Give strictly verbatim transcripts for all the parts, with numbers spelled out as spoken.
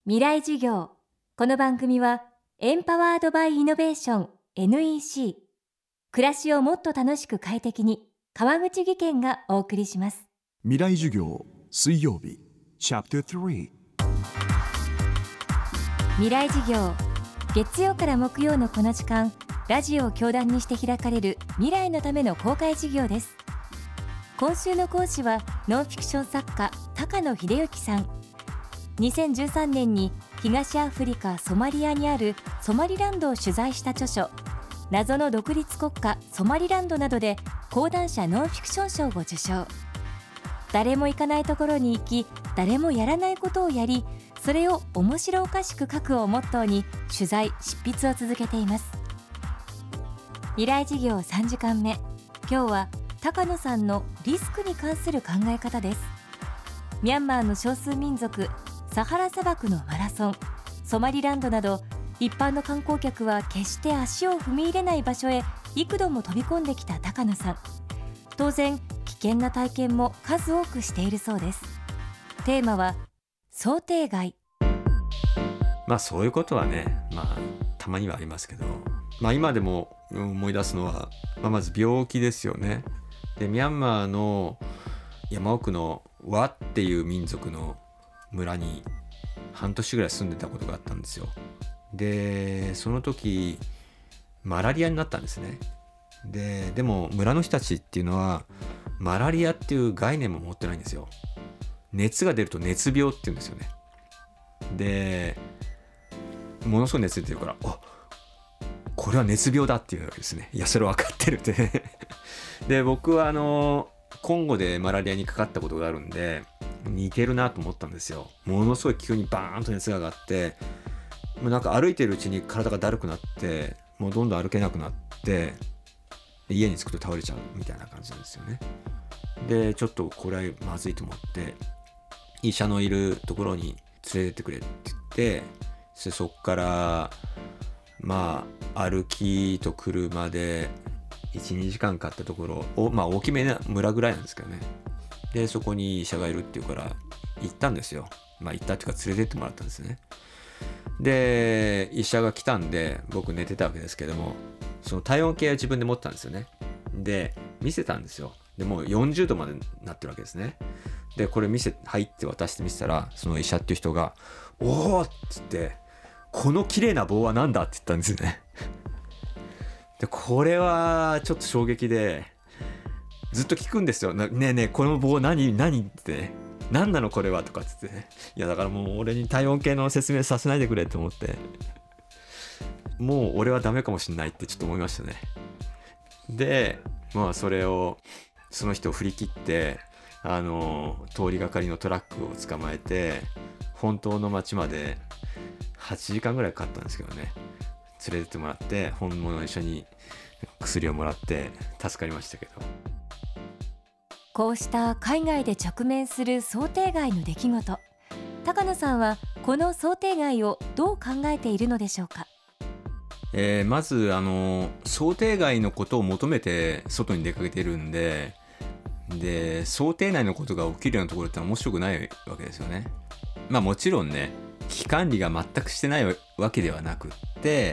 未来授業。この番組はエンパワードバイイノベーション エヌイーシー 暮らしをもっと楽しく快適に川口義賢がお送りします。 未来授業水曜日チャプタースリー未来授業、月曜から木曜のこの時間、ラジオを教壇にして開かれる未来のための公開授業です。今週の講師はノンフィクション作家高野秀之さん。にせんじゅうさんねんに東アフリカソマリアにあるソマリランドを取材した著書謎の独立国家ソマリランドなどで講談社ノンフィクション賞を受賞。誰も行かないところに行き、誰もやらないことをやり、それを面白おかしく書くをモットーに取材執筆を続けています。未来事業さんじかんめ、今日は高野さんのリスクに関する考え方です。ミャンマーの少数民族サハラ砂漠のマラソン、ソマリランドなど一般の観光客は決して足を踏み入れない場所へ幾度も飛び込んできた高野さん。当然危険な体験も数多くしているそうです。テーマは想定外。 まあそういうことはね、まあたまにはありますけど、まあ今でも思い出すのは、まあ、まず病気ですよね。でミャンマーの山奥のワっていう民族の村に半年ぐらい住んでたことがあったんですよ。でその時マラリアになったんですね。ででも村の人たちっていうのはマラリアっていう概念も持ってないんですよ。熱が出ると熱病って言うんですよね。でものすごい熱出てるから、あ、これは熱病だっていうわけですね。いやそれ分かってるってで僕はあのコンゴでマラリアにかかったことがあるんで似てるなと思ったんですよ。ものすごい急にバーンと熱が上がって、もうなんか歩いてるうちに体がだるくなって、もうどんどん歩けなくなって、家に着くと倒れちゃうみたいな感じなんですよね。でちょっとこれはまずいと思って、医者のいるところに連れてってくれって言って、そ, そっからまあ歩きと車で いちにじかんかかったところお、まあ大きめな村ぐらいなんですけどね。でそこに医者がいるっていうから行ったんですよ。まあ行ったっていうか連れてってもらったんですね。で医者が来たんで僕寝てたわけですけども、その体温計は自分で持ったんですよね。で見せたんですよ。でもうよんじゅうどまでなってるわけですね。でこれ見せ入って渡して見せたら、その医者っていう人がおーっつって、この綺麗な棒はなんだって言ったんですよね。でこれはちょっと衝撃で、ずっと聞くんですよ。ねえねえこの棒何何って何なのこれはとかっつってね。いやだからもう俺に体温計の説明させないでくれって思って、もう俺はダメかもしんないってちょっと思いましたね。でまあそれをその人を振り切って、あの通りがかりのトラックを捕まえて本当の町まではちじかんぐらいかかったんですけどね、連れてってもらって、本物の医者に薬をもらって助かりましたけど。 こうした海外で直面する想定外の出来事、高野さんはこの想定外をどう考えているのでしょうか。 えー、まずあの想定外のことを求めて外に出かけてるんで、で想定内のことが起きるようなところって面白くないわけですよね。まあもちろんね、危機管理が全くしてないわけではなくって、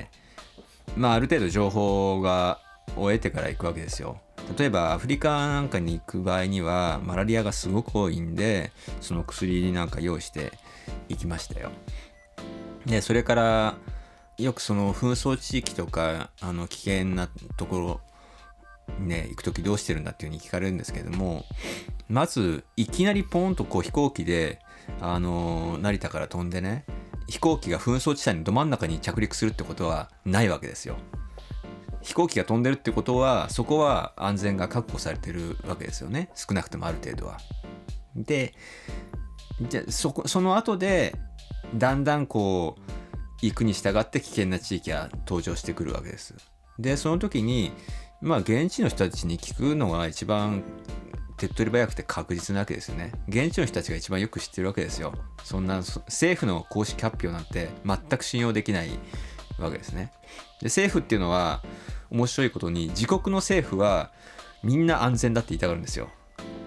まあある程度情報がを得てから行くわけですよ。例えばアフリカなんかに行く場合にはマラリアがすごく多いんで、その薬なんか用意して行きましたよ。でそれからよくその紛争地域とかあの危険なところにね行くときどうしてるんだっていう風に聞かれるんですけれども、まずいきなりポーンとこう飛行機であの成田から飛んでね、飛行機が紛争地帯のど真ん中に着陸するってことはないわけですよ。飛行機が飛んでるってことはそこは安全が確保されてるわけですよね、少なくともある程度は。でじゃあ そ, その後でだんだんこう行くに従って危険な地域が登場してくるわけです。でその時にまあ現地の人たちに聞くのが一番手っ取り早くて確実なわけですよね。現地の人たちが一番よく知ってるわけですよ。そんな政府の公式発表なんて全く信用できないわけですね。で政府っていうのは面白いことに自国の政府はみんな安全だって言いたがるんですよ。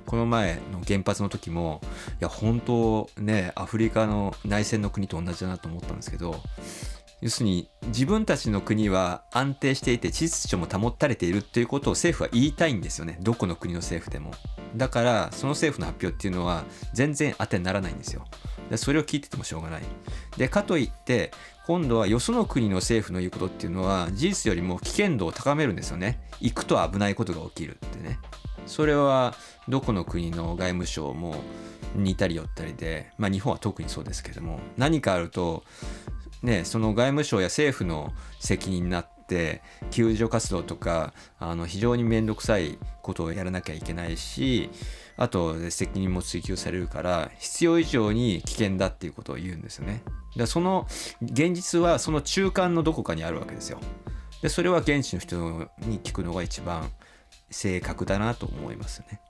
この前の原発の時もいや本当ねアフリカの内戦の国と同じだなと思ったんですけど、要するに自分たちの国は安定していて秩序も保たれているっていうことを政府は言いたいんですよね。どこの国の政府でも。だからその政府の発表っていうのは全然当てにならないんですよ。でそれを聞いててもしょうがない。でかといって今度はよその国の政府の言うことっていうのは事実よりも危険度を高めるんですよね。行くと危ないことが起きるってね。それはどこの国の外務省も似たり寄ったりで、まあ日本は特にそうですけども、何かあるとね、その外務省や政府の責任になって救助活動とかあの非常に面倒くさいことをやらなきゃいけないし、あと責任も追及されるから必要以上に危険だっていうことを言うんですよね。だからその現実はその中間のどこかにあるわけですよ。でそれは現地の人に聞くのが一番正確だなと思いますね。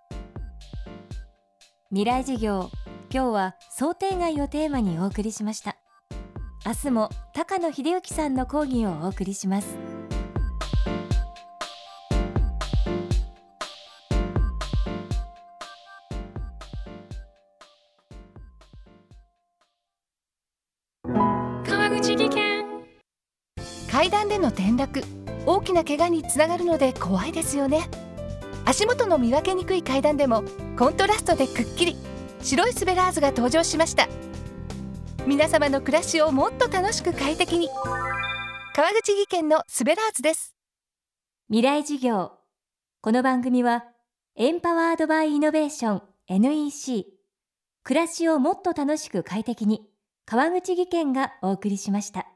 未来授業、今日は想定外をテーマにお送りしました。明日も高野秀幸さんの講義をお送りします。 川口技研。階段での転落、大きな怪我につながるので怖いですよね。足元の見分けにくい階段でもコントラストでくっきり白いスベラーズが登場しました。皆様の暮らしをもっと楽しく快適に、川口技研のスベラーズです。 未来授業、この番組はエンパワードバイイノベーション エヌイーシー、 暮らしをもっと楽しく快適に、川口技研がお送りしました。